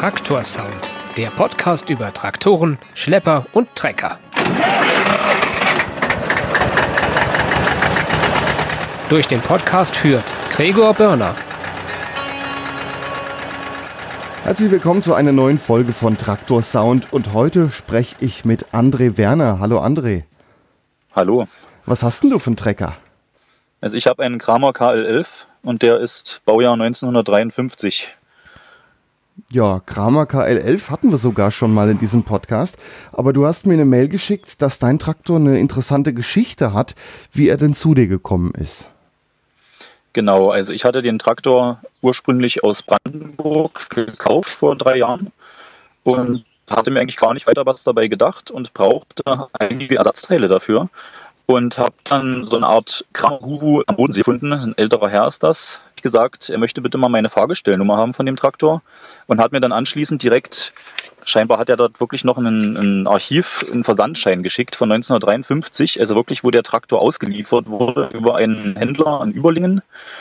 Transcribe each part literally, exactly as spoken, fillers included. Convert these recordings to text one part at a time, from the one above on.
Traktorsound, der Podcast über Traktoren, Schlepper und Trecker. Durch den Podcast führt Gregor Börner. Herzlich willkommen zu einer neuen Folge von Traktorsound und heute spreche ich mit André Werner. Hallo André. Hallo. Was hast denn du für einen Trecker? Also ich habe einen Kramer K L elf und der ist Baujahr neunzehnhundertdreiundfünfzig. Ja, Kramer K L elf hatten wir sogar schon mal in diesem Podcast, aber du hast mir eine Mail geschickt, dass dein Traktor eine interessante Geschichte hat, wie er denn zu dir gekommen ist. Genau, also ich hatte den Traktor ursprünglich aus Brandenburg gekauft vor drei Jahren und hatte mir eigentlich gar nicht weiter was dabei gedacht und brauchte einige Ersatzteile dafür und habe dann so eine Art Kramer-Guru am Bodensee gefunden, ein älterer Herr ist das, gesagt, er möchte bitte mal meine Fahrgestellnummer haben von dem Traktor und hat mir dann anschließend direkt, scheinbar hat er dort wirklich noch ein, ein Archiv, einen Versandschein geschickt von neunzehnhundertdreiundfünfzig, also wirklich, wo der Traktor ausgeliefert wurde über einen Händler in Überlingen.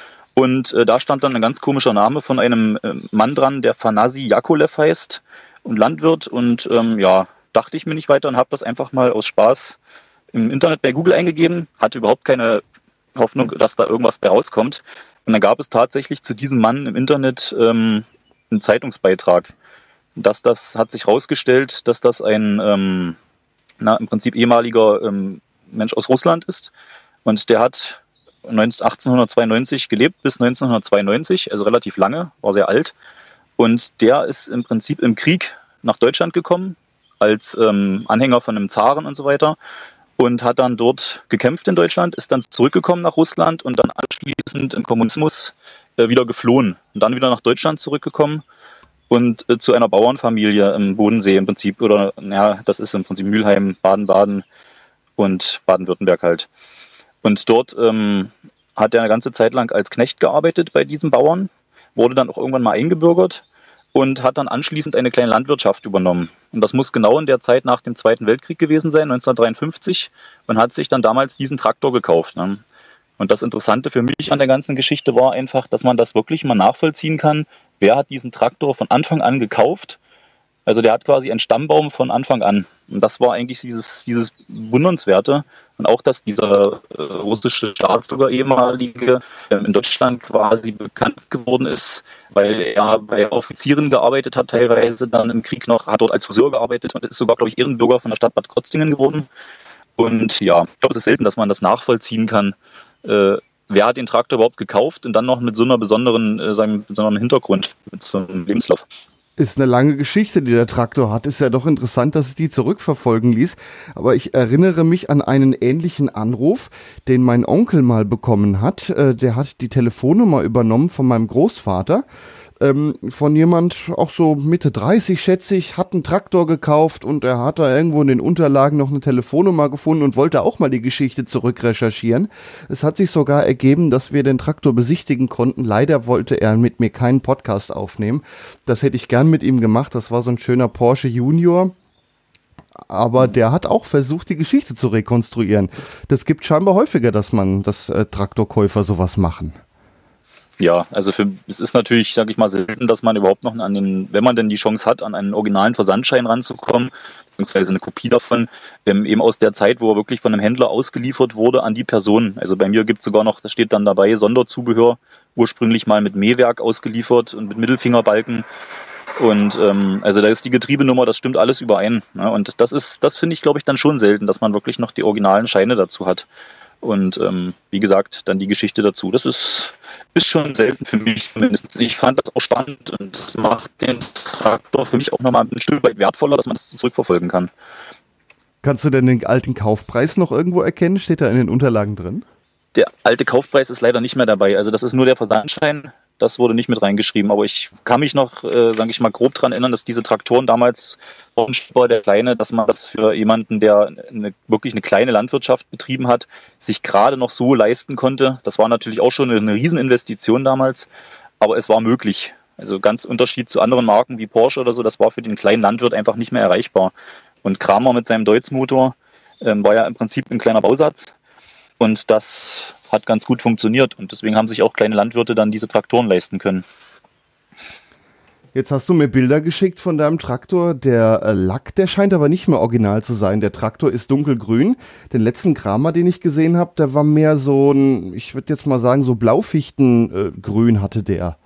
Und äh, da stand dann ein ganz komischer Name von einem äh, Mann dran, der Fanasi Jakolev heißt und Landwirt. Und ähm, ja, dachte ich mir nicht weiter und habe das einfach mal aus Spaß im Internet bei Google eingegeben. Hatte überhaupt keine Hoffnung, dass da irgendwas bei rauskommt. Und dann gab es tatsächlich zu diesem Mann im Internet ähm, einen Zeitungsbeitrag. Dass das hat sich herausgestellt, dass das ein ähm, na, im Prinzip ehemaliger ähm, Mensch aus Russland ist. Und der hat achtzehnhundertzweiundneunzig gelebt bis neunzehnhundertzweiundneunzig, also relativ lange, war sehr alt. Und der ist im Prinzip im Krieg nach Deutschland gekommen, als ähm, Anhänger von einem Zaren und so weiter. Und hat dann dort gekämpft in Deutschland, ist dann zurückgekommen nach Russland und dann anschließend im Kommunismus äh, wieder geflohen. Und dann wieder nach Deutschland zurückgekommen und äh, zu einer Bauernfamilie im Bodensee im Prinzip. Oder ja, das ist im Prinzip Mülheim, Baden-Baden und Baden-Württemberg halt. Und dort ähm, hat er eine ganze Zeit lang als Knecht gearbeitet bei diesen Bauern, wurde dann auch irgendwann mal eingebürgert und hat dann anschließend eine kleine Landwirtschaft übernommen. Und das muss genau in der Zeit nach dem Zweiten Weltkrieg gewesen sein, neunzehnhundertdreiundfünfzig, und hat sich dann damals diesen Traktor gekauft. Ne? Und das Interessante für mich an der ganzen Geschichte war einfach, dass man das wirklich mal nachvollziehen kann, wer hat diesen Traktor von Anfang an gekauft. Also der hat quasi einen Stammbaum von Anfang an. Und das war eigentlich dieses, dieses Wundernswerte. Und auch, dass dieser äh, russische Staatsbürger ehemalige äh, in Deutschland quasi bekannt geworden ist, weil er bei Offizieren gearbeitet hat, teilweise dann im Krieg noch, hat dort als Friseur gearbeitet und ist sogar, glaube ich, Ehrenbürger von der Stadt Bad Krozingen geworden. Und ja, ich glaube, es ist selten, dass man das nachvollziehen kann, äh, wer hat den Traktor überhaupt gekauft und dann noch mit so einer besonderen, äh, seinem besonderen Hintergrund, mit so einem Lebenslauf. Ist eine lange Geschichte, die der Traktor hat. Ist ja doch interessant, dass es die zurückverfolgen ließ. Aber ich erinnere mich an einen ähnlichen Anruf, den mein Onkel mal bekommen hat. Äh, der hat die Telefonnummer übernommen von meinem Großvater. Ähm, von jemand, auch so Mitte dreißig schätze ich, hat einen Traktor gekauft und er hat da irgendwo in den Unterlagen noch eine Telefonnummer gefunden und wollte auch mal die Geschichte zurückrecherchieren. Es hat sich sogar ergeben, dass wir den Traktor besichtigen konnten. Leider wollte er mit mir keinen Podcast aufnehmen. Das hätte ich gern mit ihm gemacht. Das war so ein schöner Porsche Junior. Aber der hat auch versucht, die Geschichte zu rekonstruieren. Das gibt scheinbar häufiger, dass man, dass äh, Traktorkäufer sowas machen. Ja, also für, es ist natürlich, sage ich mal, selten, dass man überhaupt noch an den, wenn man denn die Chance hat, an einen originalen Versandschein ranzukommen, beziehungsweise eine Kopie davon, ähm, eben aus der Zeit, wo er wirklich von einem Händler ausgeliefert wurde an die Person. Also bei mir gibt es sogar noch, da steht dann dabei, Sonderzubehör, ursprünglich mal mit Mähwerk ausgeliefert und mit Mittelfingerbalken. Und ähm, also da ist die Getriebenummer, das stimmt alles überein. Ne? Und das ist, das finde ich, glaube ich, dann schon selten, dass man wirklich noch die originalen Scheine dazu hat. Und ähm, wie gesagt, dann die Geschichte dazu. Das ist, ist schon selten für mich zumindest. Ich fand das auch spannend und das macht den Traktor für mich auch nochmal ein Stück weit wertvoller, dass man das zurückverfolgen kann. Kannst du denn den alten Kaufpreis noch irgendwo erkennen? Steht da in den Unterlagen drin? Der alte Kaufpreis ist leider nicht mehr dabei. Also das ist nur der Versandschein. Das wurde nicht mit reingeschrieben, aber ich kann mich noch, äh, sage ich mal, grob daran erinnern, dass diese Traktoren damals, der Kleine, dass man das für jemanden, der eine, wirklich eine kleine Landwirtschaft betrieben hat, sich gerade noch so leisten konnte. Das war natürlich auch schon eine Rieseninvestition damals, aber es war möglich. Also ganz Unterschied zu anderen Marken wie Porsche oder so, das war für den kleinen Landwirt einfach nicht mehr erreichbar. Und Kramer mit seinem Deutz-Motor ähm, war ja im Prinzip ein kleiner Bausatz und das hat ganz gut funktioniert und deswegen haben sich auch kleine Landwirte dann diese Traktoren leisten können. Jetzt hast du mir Bilder geschickt von deinem Traktor. Der äh, Lack, der scheint aber nicht mehr original zu sein. Der Traktor ist dunkelgrün. Den letzten Kramer, den ich gesehen habe, der war mehr so ein, ich würde jetzt mal sagen, so Blaufichtengrün äh, hatte der.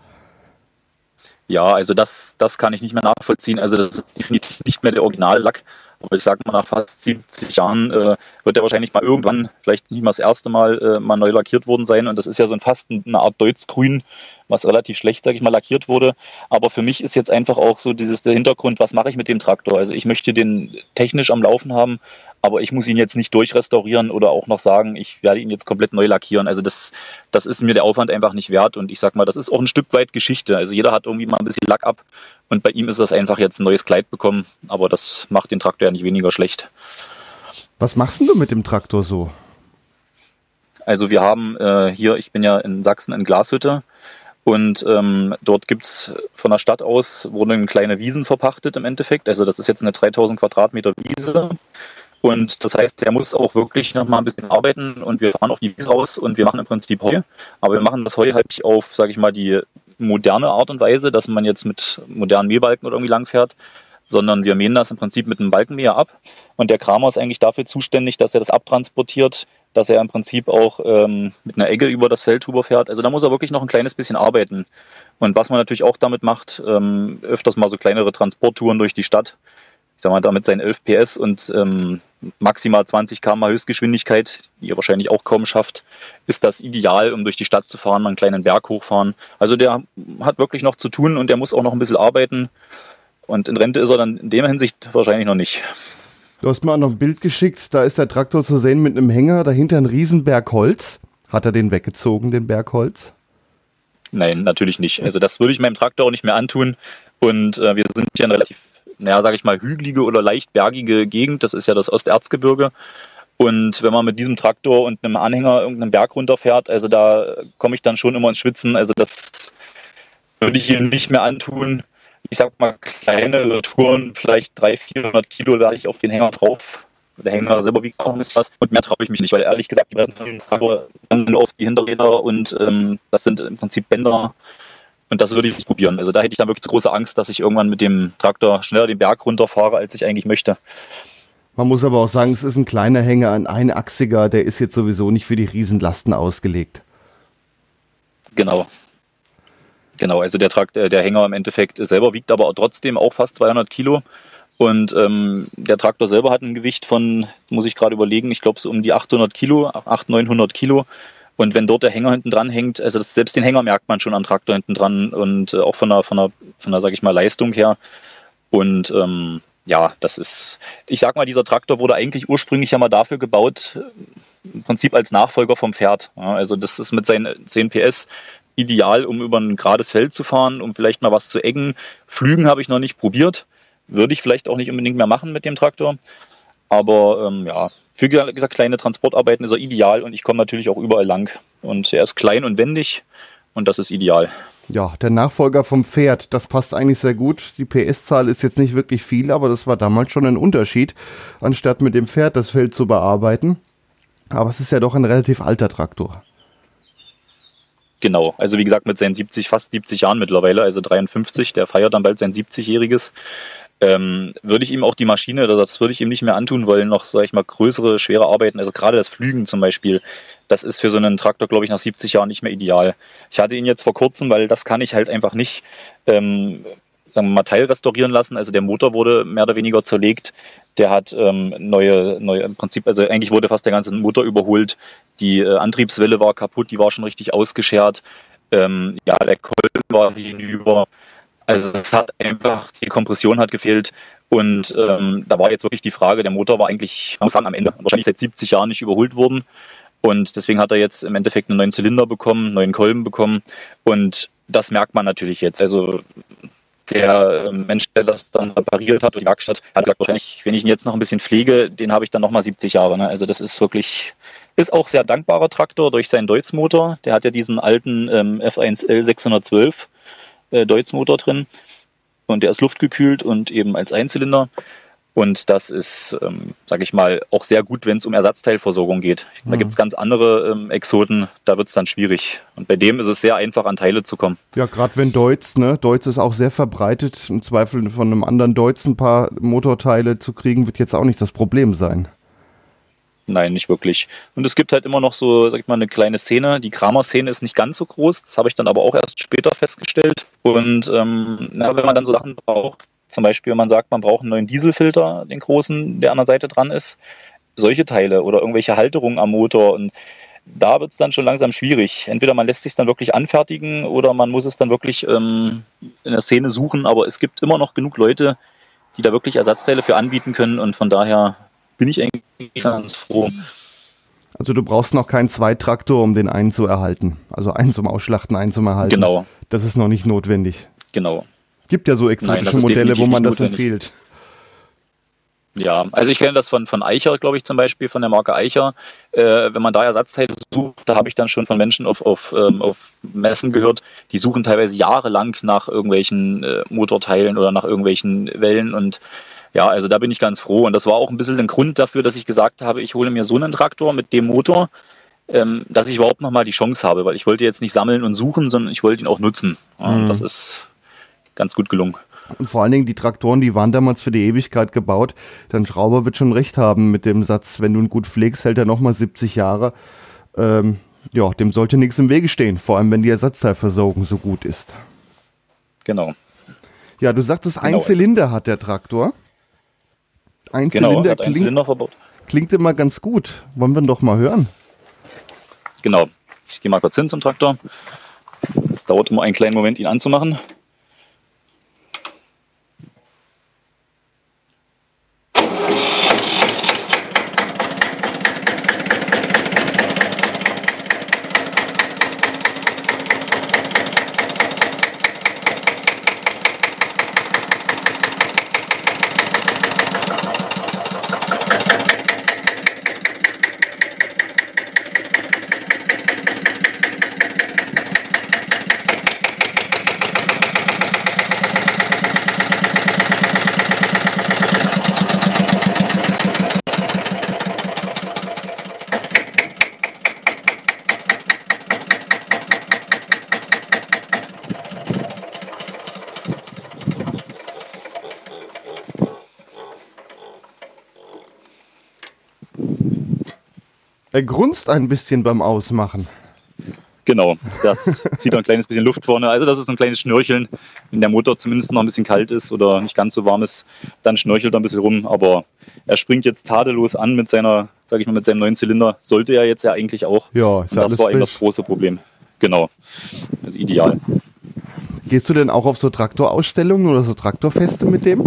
Ja, also das, das kann ich nicht mehr nachvollziehen. Also das ist definitiv nicht mehr der Originallack. Aber ich sage mal, nach fast siebzig Jahren äh, wird der wahrscheinlich mal irgendwann, vielleicht nicht mal das erste Mal, äh, mal neu lackiert worden sein. Und das ist ja so ein fast eine Art Deutzgrün, was relativ schlecht, sage ich mal, lackiert wurde. Aber für mich ist jetzt einfach auch so dieses der Hintergrund, was mache ich mit dem Traktor? Also ich möchte den technisch am Laufen haben, aber ich muss ihn jetzt nicht durchrestaurieren oder auch noch sagen, ich werde ihn jetzt komplett neu lackieren. Also das, das ist mir der Aufwand einfach nicht wert. Und ich sag mal, das ist auch ein Stück weit Geschichte. Also jeder hat irgendwie mal ein bisschen Lack ab. Und bei ihm ist das einfach jetzt ein neues Kleid bekommen. Aber das macht den Traktor ja nicht weniger schlecht. Was machst denn du mit dem Traktor so? Also wir haben äh, hier, ich bin ja in Sachsen in Glashütte. Und ähm, dort gibt es von der Stadt aus, wurden kleine Wiesen verpachtet im Endeffekt. Also das ist jetzt eine dreitausend Quadratmeter Wiese. Und das heißt, der muss auch wirklich noch mal ein bisschen arbeiten und wir fahren auf die Wiese raus und wir machen im Prinzip Heu. Aber wir machen das Heu halt nicht auf, sage ich mal, die moderne Art und Weise, dass man jetzt mit modernen Mähbalken oder irgendwie langfährt, sondern wir mähen das im Prinzip mit einem Balkenmäher ab. Und der Kramer ist eigentlich dafür zuständig, dass er das abtransportiert, dass er im Prinzip auch ähm, mit einer Egge über das Feld drüber fährt. Also da muss er wirklich noch ein kleines bisschen arbeiten. Und was man natürlich auch damit macht, ähm, öfters mal so kleinere Transporttouren durch die Stadt. Ich sag mal, damit seinen elf P S und ähm, maximal zwanzig Kilometer pro Stunde Höchstgeschwindigkeit, die er wahrscheinlich auch kaum schafft, ist das ideal, um durch die Stadt zu fahren, mal einen kleinen Berg hochfahren. Also der hat wirklich noch zu tun und der muss auch noch ein bisschen arbeiten. Und in Rente ist er dann in der Hinsicht wahrscheinlich noch nicht. Du hast mir auch noch ein Bild geschickt, da ist der Traktor zu sehen mit einem Hänger, dahinter ein Riesenberg Holz. Hat er den weggezogen, den Berg Holz? Nein, natürlich nicht. Also das würde ich meinem Traktor auch nicht mehr antun. Und äh, wir sind hier ein relativ, naja, sage ich mal, hügelige oder leicht bergige Gegend. Das ist ja das Osterzgebirge. Und wenn man mit diesem Traktor und einem Anhänger irgendeinen Berg runterfährt, also da komme ich dann schon immer ins Schwitzen. Also das würde ich hier nicht mehr antun. Ich sag mal, kleinere Touren, vielleicht dreihundert, vierhundert Kilo lade ich auf den Hänger drauf. Der Hänger selber wiegt auch ein bisschen was. Und mehr traue ich mich nicht, weil ehrlich gesagt, die Bremsen von dem Traktor dann nur auf die Hinterräder und ähm, das sind im Prinzip Bänder. Und das würde ich nicht probieren. Also da hätte ich dann wirklich große Angst, dass ich irgendwann mit dem Traktor schneller den Berg runterfahre, als ich eigentlich möchte. Man muss aber auch sagen, es ist ein kleiner Hänger, ein einachsiger, der ist jetzt sowieso nicht für die Riesenlasten ausgelegt. Genau. Genau, also der, Trakt, der Hänger im Endeffekt selber wiegt aber trotzdem auch fast zweihundert Kilo. Und ähm, der Traktor selber hat ein Gewicht von, muss ich gerade überlegen, ich glaube so um die achthundert Kilo, achthundert, neunhundert Kilo. Und wenn dort der Hänger hinten dran hängt, also das, selbst den Hänger merkt man schon am Traktor hinten dran und äh, auch von der, von der, von der, sag ich mal, Leistung her. Und ähm, ja, das ist, ich sag mal, dieser Traktor wurde eigentlich ursprünglich ja mal dafür gebaut, im Prinzip als Nachfolger vom Pferd. Ja, also das ist mit seinen zehn P S ideal, um über ein gerades Feld zu fahren, um vielleicht mal was zu eggen. Flügen habe ich noch nicht probiert. Würde ich vielleicht auch nicht unbedingt mehr machen mit dem Traktor. Aber ähm, ja, für gesagt, kleine Transportarbeiten ist er ideal und ich komme natürlich auch überall lang. Und er ist klein und wendig und das ist ideal. Ja, der Nachfolger vom Pferd, das passt eigentlich sehr gut. Die P S-Zahl ist jetzt nicht wirklich viel, aber das war damals schon ein Unterschied, anstatt mit dem Pferd das Feld zu bearbeiten. Aber es ist ja doch ein relativ alter Traktor. Genau, also wie gesagt mit seinen siebzig, fast siebzig Jahren mittlerweile, also dreiundfünfzig, der feiert dann bald sein siebzigjähriges, ähm, würde ich ihm auch die Maschine, oder das würde ich ihm nicht mehr antun wollen, noch, sag ich mal, größere, schwere Arbeiten, also gerade das Flügen zum Beispiel, das ist für so einen Traktor, glaube ich, nach siebzig Jahren nicht mehr ideal. Ich hatte ihn jetzt vor kurzem, weil das kann ich halt einfach nicht, ähm, sagen wir mal, teilrestaurieren lassen, also der Motor wurde mehr oder weniger zerlegt, der hat ähm, neue, neue, im Prinzip, also eigentlich wurde fast der ganze Motor überholt, die äh, Antriebswelle war kaputt, die war schon richtig ausgeschert, ähm, ja, der Kolben war hinüber, also es hat einfach, die Kompression hat gefehlt und ähm, da war jetzt wirklich die Frage, der Motor war eigentlich, man muss sagen, am Ende wahrscheinlich seit siebzig Jahren nicht überholt worden und deswegen hat er jetzt im Endeffekt einen neuen Zylinder bekommen, einen neuen Kolben bekommen und das merkt man natürlich jetzt, also der Mensch, der das dann repariert hat, oder die Werkstatt, hat gesagt, wahrscheinlich, wenn ich ihn jetzt noch ein bisschen pflege, den habe ich dann nochmal siebzig Jahre. Ne? Also das ist wirklich, ist auch sehr dankbarer Traktor durch seinen Deutz-Motor. Der hat ja diesen alten ähm, F eins L sechshundertzwölf äh, Deutz-Motor drin und der ist luftgekühlt und eben als Einzylinder. Und das ist, ähm, sage ich mal, auch sehr gut, wenn es um Ersatzteilversorgung geht. Da Mhm. gibt es ganz andere ähm, Exoten, da wird es dann schwierig. Und bei dem ist es sehr einfach, an Teile zu kommen. Ja, gerade wenn Deutz, ne? Deutz ist auch sehr verbreitet. Im Zweifel von einem anderen Deutz ein paar Motorteile zu kriegen, wird jetzt auch nicht das Problem sein. Nein, nicht wirklich. Und es gibt halt immer noch so, sag ich mal, eine kleine Szene. Die Kramer-Szene ist nicht ganz so groß. Das habe ich dann aber auch erst später festgestellt. Und ähm, na, wenn man dann so Sachen braucht, zum Beispiel, wenn man sagt, man braucht einen neuen Dieselfilter, den großen, der an der Seite dran ist, solche Teile oder irgendwelche Halterungen am Motor. Und da wird es dann schon langsam schwierig. Entweder man lässt sich dann wirklich anfertigen oder man muss es dann wirklich ähm, in der Szene suchen. Aber es gibt immer noch genug Leute, die da wirklich Ersatzteile für anbieten können. Und von daher bin ich eigentlich ganz froh. Also du brauchst noch keinen Zweitraktor, um den einen zu erhalten. Also einen zum Ausschlachten, einen zum Erhalten. Genau. Das ist noch nicht notwendig. Genau. Gibt ja so exotische Nein, Modelle, wo man das notwendig. empfiehlt. Ja, also ich kenne das von, von Eicher, glaube ich, zum Beispiel, von der Marke Eicher. Äh, wenn man da Ersatzteile sucht, da habe ich dann schon von Menschen auf, auf, ähm, auf Messen gehört, die suchen teilweise jahrelang nach irgendwelchen äh, Motorteilen oder nach irgendwelchen Wellen. Und ja, also da bin ich ganz froh. Und das war auch ein bisschen ein Grund dafür, dass ich gesagt habe, ich hole mir so einen Traktor mit dem Motor, ähm, dass ich überhaupt nochmal die Chance habe, weil ich wollte jetzt nicht sammeln und suchen, sondern ich wollte ihn auch nutzen. Ja, Mhm. Das ist ganz gut gelungen. Und vor allen Dingen die Traktoren, die waren damals für die Ewigkeit gebaut. Dein Schrauber wird schon recht haben mit dem Satz, wenn du ihn gut pflegst, hält er nochmal siebzig Jahre. Ähm, ja, dem sollte nichts im Wege stehen, vor allem wenn die Ersatzteilversorgung so gut ist. Genau. Ja, du sagtest, ein Genau. Zylinder hat der Traktor. Ein Genau, Zylinder hat einen klingt, Zylinder verbaut. klingt immer ganz gut. Wollen wir ihn doch mal hören? Genau. Ich gehe mal kurz hin zum Traktor. Es dauert immer einen kleinen Moment, ihn anzumachen. Er grunzt ein bisschen beim Ausmachen. Genau, das zieht ein kleines bisschen Luft vorne. Also das ist so ein kleines Schnörcheln. Wenn der Motor zumindest noch ein bisschen kalt ist oder nicht ganz so warm ist, dann schnörchelt er ein bisschen rum. Aber er springt jetzt tadellos an mit seiner, sag ich mal, mit seinem neuen Zylinder. Sollte er jetzt ja eigentlich auch. Ja, ist Und ja das alles war eben das frisch. große Problem. Genau. Also ideal. Gehst du denn auch auf so Traktorausstellungen oder so Traktorfeste mit dem?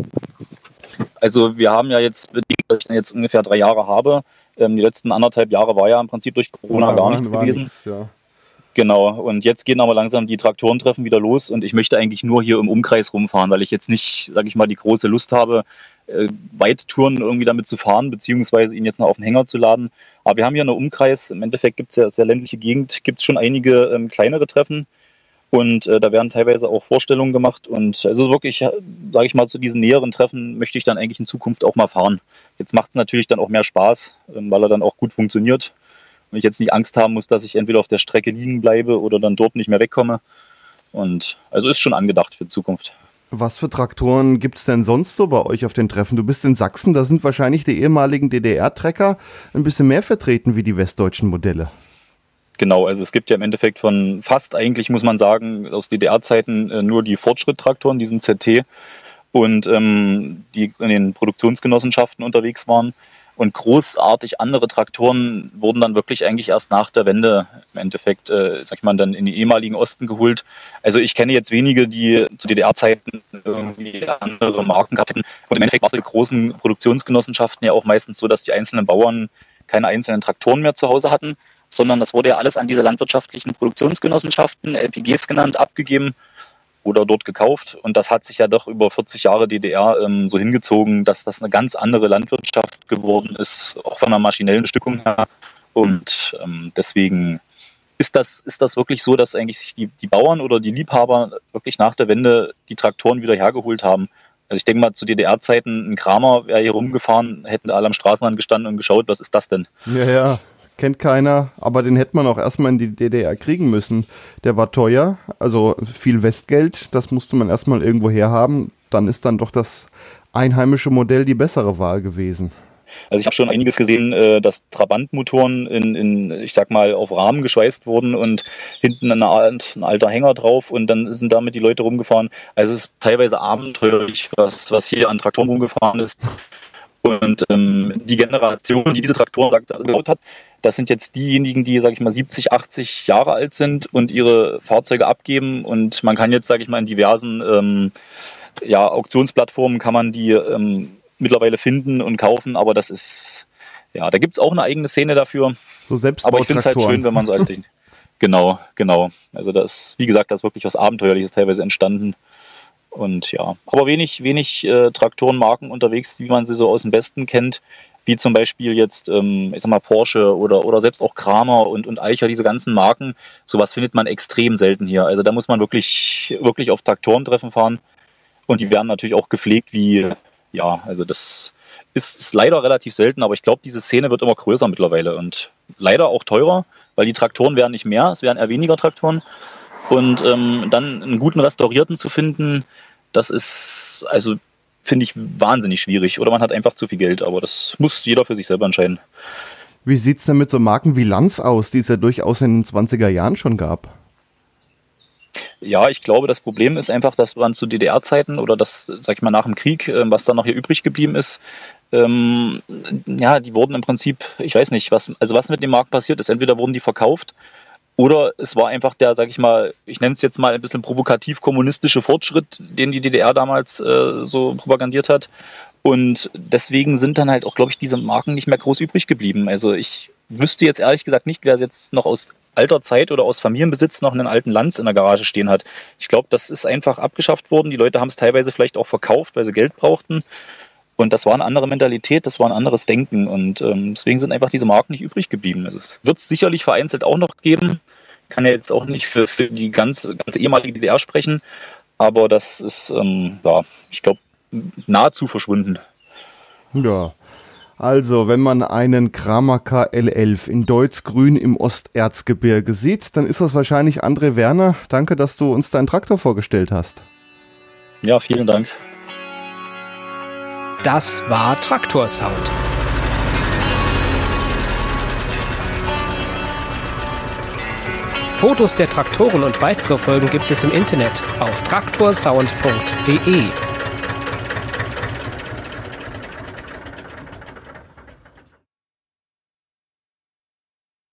Also wir haben ja jetzt, bedingt, dass ich jetzt ungefähr drei Jahre habe. Ähm, die letzten anderthalb Jahre war ja im Prinzip durch Corona gar nichts war gewesen. nix, ja. Genau, und jetzt gehen aber langsam die Traktorentreffen wieder los und ich möchte eigentlich nur hier im Umkreis rumfahren, weil ich jetzt nicht, sage ich mal, die große Lust habe, äh, Weittouren irgendwie damit zu fahren, beziehungsweise ihn jetzt noch auf den Hänger zu laden. Aber wir haben hier einen Umkreis, im Endeffekt gibt es ja sehr ländliche Gegend, gibt es schon einige ähm, kleinere Treffen und äh, da werden teilweise auch Vorstellungen gemacht und also wirklich, sage ich mal, zu diesen näheren Treffen möchte ich dann eigentlich in Zukunft auch mal fahren. Jetzt macht es natürlich dann auch mehr Spaß, ähm, weil er dann auch gut funktioniert. Und ich jetzt nicht Angst haben muss, dass ich entweder auf der Strecke liegen bleibe oder dann dort nicht mehr wegkomme. Und also ist schon angedacht für die Zukunft. Was für Traktoren gibt es denn sonst so bei euch auf den Treffen? Du bist in Sachsen, da sind wahrscheinlich die ehemaligen D D R-Trecker ein bisschen mehr vertreten wie die westdeutschen Modelle. Genau, also es gibt ja im Endeffekt von fast eigentlich, muss man sagen, aus D D R-Zeiten äh, nur die Fortschritt-Traktoren, diesen Z T und ähm, die in den Produktionsgenossenschaften unterwegs waren. Und großartig andere Traktoren wurden dann wirklich eigentlich erst nach der Wende im Endeffekt, äh, sag ich mal, dann in den ehemaligen Osten geholt. Also ich kenne jetzt wenige, die zu D D R-Zeiten irgendwie andere Marken gehabt hätten. Und im Endeffekt war es in großen Produktionsgenossenschaften ja auch meistens so, dass die einzelnen Bauern keine einzelnen Traktoren mehr zu Hause hatten, sondern das wurde ja alles an diese landwirtschaftlichen Produktionsgenossenschaften, L P Gs genannt, abgegeben oder dort gekauft. Und das hat sich ja doch über vierzig Jahre D D R ähm, so hingezogen, dass das eine ganz andere Landwirtschaft geworden ist, auch von der maschinellen Bestückung her. Und ähm, deswegen ist das, ist das wirklich so, dass eigentlich sich die, die Bauern oder die Liebhaber wirklich nach der Wende die Traktoren wieder hergeholt haben, Also ich denke mal, zu D D R-Zeiten, ein Kramer wäre hier rumgefahren, hätten alle am Straßenrand gestanden und geschaut, was ist das denn? Ja, ja, kennt keiner, aber den hätte man auch erstmal in die D D R kriegen müssen. Der war teuer, also viel Westgeld, das musste man erstmal irgendwo herhaben. Dann ist dann doch das einheimische Modell die bessere Wahl gewesen. Also ich habe schon einiges gesehen, äh, dass Trabantmotoren in, in, ich sag mal, auf Rahmen geschweißt wurden und hinten eine Art, ein alter Hänger drauf und dann sind damit die Leute rumgefahren. Also es ist teilweise abenteuerlich, was, was hier an Traktoren rumgefahren ist. Und ähm, die Generation, die diese Traktoren gebaut hat, das sind jetzt diejenigen, die, sag ich mal, siebzig, achtzig Jahre alt sind und ihre Fahrzeuge abgeben. Und man kann jetzt, sag ich mal, in diversen ähm, ja, Auktionsplattformen kann man die ähm, mittlerweile finden und kaufen, aber das ist, ja, da gibt es auch eine eigene Szene dafür. So aber ich finde es halt schön, wenn man so alte Dinge. Genau, genau. Also das, wie gesagt, da ist wirklich was Abenteuerliches teilweise entstanden. Und ja, aber wenig, wenig äh, Traktorenmarken unterwegs, wie man sie so aus dem Westen kennt, wie zum Beispiel jetzt, ähm, ich sag mal, Porsche oder, oder selbst auch Kramer und, und Eicher, diese ganzen Marken, sowas findet man extrem selten hier. Also da muss man wirklich, wirklich auf Traktorentreffen fahren und die werden natürlich auch gepflegt wie, ja, also das ist, ist leider relativ selten, aber ich glaube, diese Szene wird immer größer mittlerweile und leider auch teurer, weil die Traktoren werden nicht mehr, es werden eher weniger Traktoren. Und ähm, dann einen guten Restaurierten zu finden, das ist, also finde ich wahnsinnig schwierig. Oder man hat einfach zu viel Geld, aber das muss jeder für sich selber entscheiden. Wie sieht es denn mit so Marken wie Lanz aus, die es ja durchaus in den zwanziger Jahren schon gab? Ja, ich glaube, das Problem ist einfach, dass man zu D D R-Zeiten oder das, sag ich mal, nach dem Krieg, was da noch hier übrig geblieben ist, ähm, ja, die wurden im Prinzip, ich weiß nicht, was, also was mit dem Markt passiert ist. Entweder wurden die verkauft oder es war einfach der, sag ich mal, ich nenne es jetzt mal ein bisschen provokativ kommunistische Fortschritt, den die D D R damals äh, so propagandiert hat. Und deswegen sind dann halt auch, glaube ich, diese Marken nicht mehr groß übrig geblieben. Also ich wüsste jetzt ehrlich gesagt nicht, wer jetzt noch aus alter Zeit oder aus Familienbesitz noch einen alten Lanz in der Garage stehen hat. Ich glaube, das ist einfach abgeschafft worden. Die Leute haben es teilweise vielleicht auch verkauft, weil sie Geld brauchten. Und das war eine andere Mentalität, das war ein anderes Denken. Und ähm, deswegen sind einfach diese Marken nicht übrig geblieben. Also es wird es sicherlich vereinzelt auch noch geben. Kann ja jetzt auch nicht für, für die ganze, ganze ehemalige D D R sprechen. Aber das ist, ähm, ja, ich glaube, nahezu verschwunden. Ja, also wenn man einen Kramer K L elf in Deutz-Grün im Osterzgebirge sieht, dann ist das wahrscheinlich André Werner. Danke, dass du uns deinen Traktor vorgestellt hast. Ja, vielen Dank. Das war Traktorsound. Fotos der Traktoren und weitere Folgen gibt es im Internet auf traktorsound punkt de.